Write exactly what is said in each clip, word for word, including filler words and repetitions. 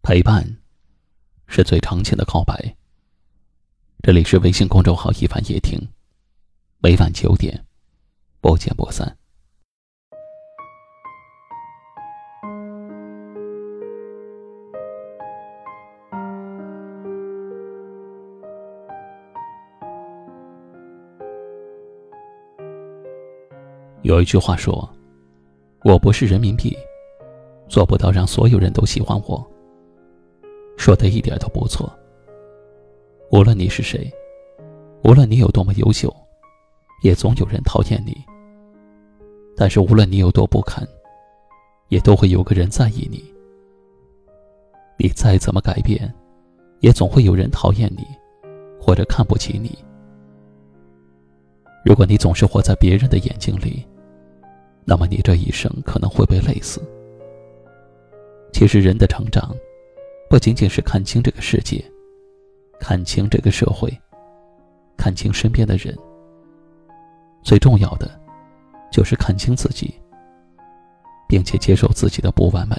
陪伴是最长情的告白。这里是微信公众号一凡夜听，每晚九点不见不散。有一句话说，我不是人民币，做不到让所有人都喜欢我。说的一点都不错。无论你是谁，无论你有多么优秀，也总有人讨厌你。但是无论你有多不堪，也都会有个人在意你。你再怎么改变，也总会有人讨厌你，或者看不起你。如果你总是活在别人的眼睛里，那么你这一生可能会被累死。其实人的成长不仅仅是看清这个世界，看清这个社会，看清身边的人，最重要的就是看清自己，并且接受自己的不完美。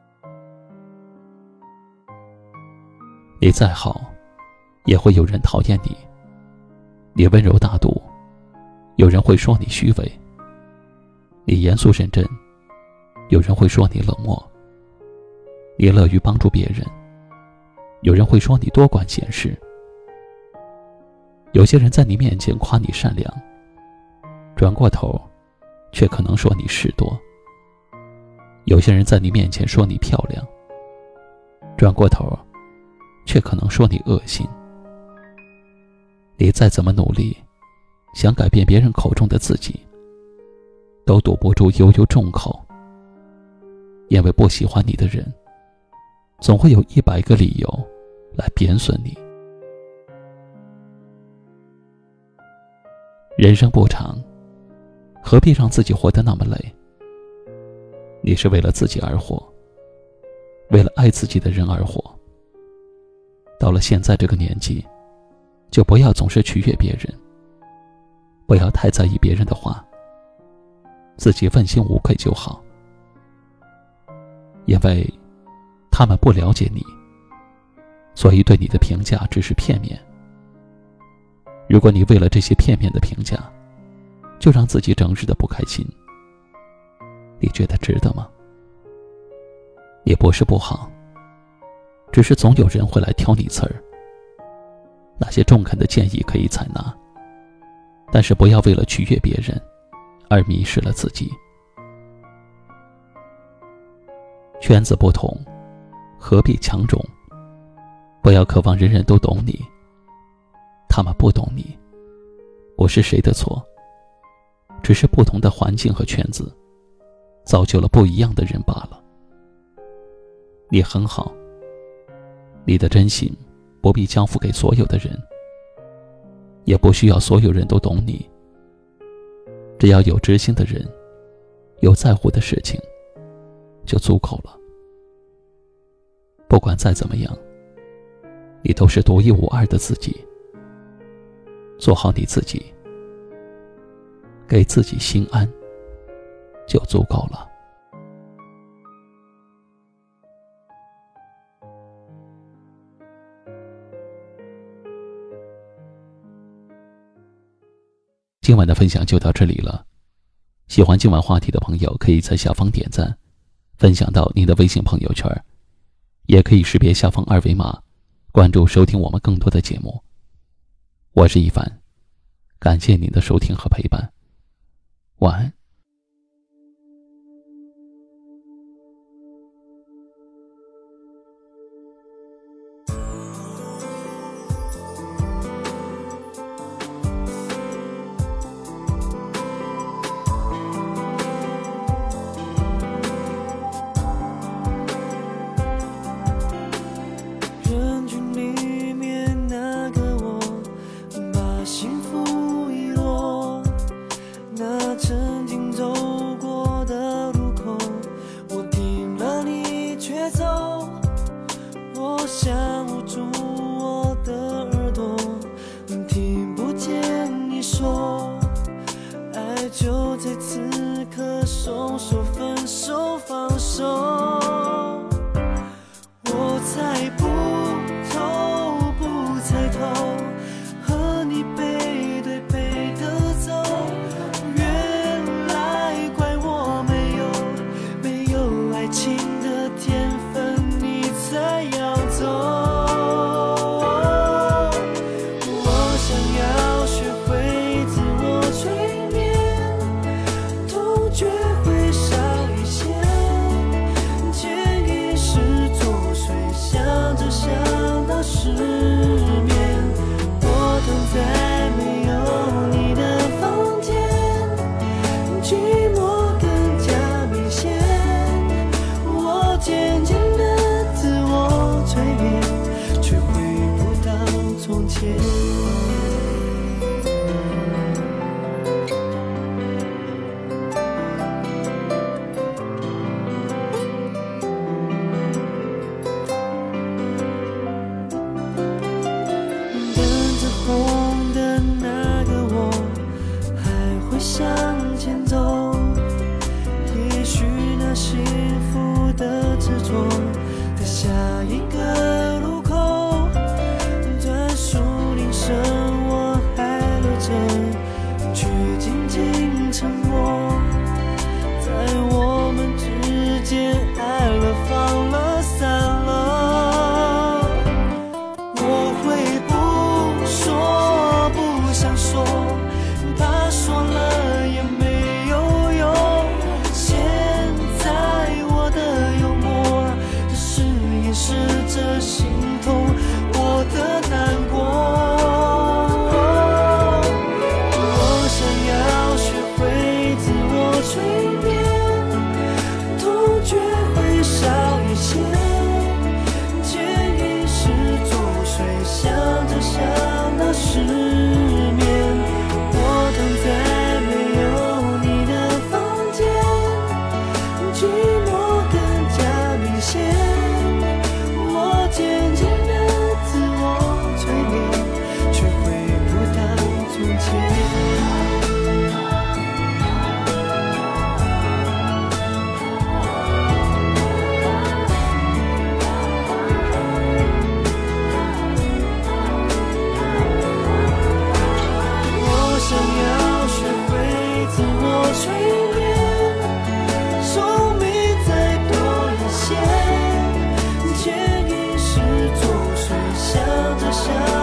你再好，也会有人讨厌你。你温柔大度，有人会说你虚伪；你严肃认真，有人会说你冷漠；你乐于帮助别人，有人会说你多管闲事。有些人在你面前夸你善良，转过头却可能说你事多；有些人在你面前说你漂亮，转过头却可能说你恶心。你再怎么努力想改变别人口中的自己，都堵不住悠悠众口。因为不喜欢你的人总会有一百个理由来贬损你。人生不长，何必让自己活得那么累？你是为了自己而活，为了爱自己的人而活。到了现在这个年纪，就不要总是取悦别人，不要太在意别人的话，自己问心无愧就好。因为他们不了解你，所以对你的评价只是片面。如果你为了这些片面的评价，就让自己整日的不开心，你觉得值得吗？也不是不好，只是总有人会来挑你刺儿。那些中肯的建议可以采纳，但是不要为了取悦别人而迷失了自己。圈子不同，何必强种？不要渴望人人都懂你，他们不懂你，不是谁的错，只是不同的环境和圈子造就了不一样的人罢了。你很好，你的真心不必交付给所有的人，也不需要所有人都懂你。只要有知心的人，有在乎的事情，就足够了。不管再怎么样，你都是独一无二的自己。做好你自己，给自己心安，就足够了。今晚的分享就到这里了。喜欢今晚话题的朋友，可以在下方点赞，分享到您的微信朋友圈，也可以识别下方二维码，关注收听我们更多的节目。我是一凡，感谢您的收听和陪伴，晚安。 人群里面那个我，把幸福遗落，那曾经走过的路口，我听了你却走，我想捂住我的耳朵，听不见你说，爱就在此刻说说分手放手。我才失眠，我躺在没有你的房间，寂寞更加明显，我渐渐的自我催眠，却回不到从前。催眠，寿命再多一些，潜意识作祟，想着想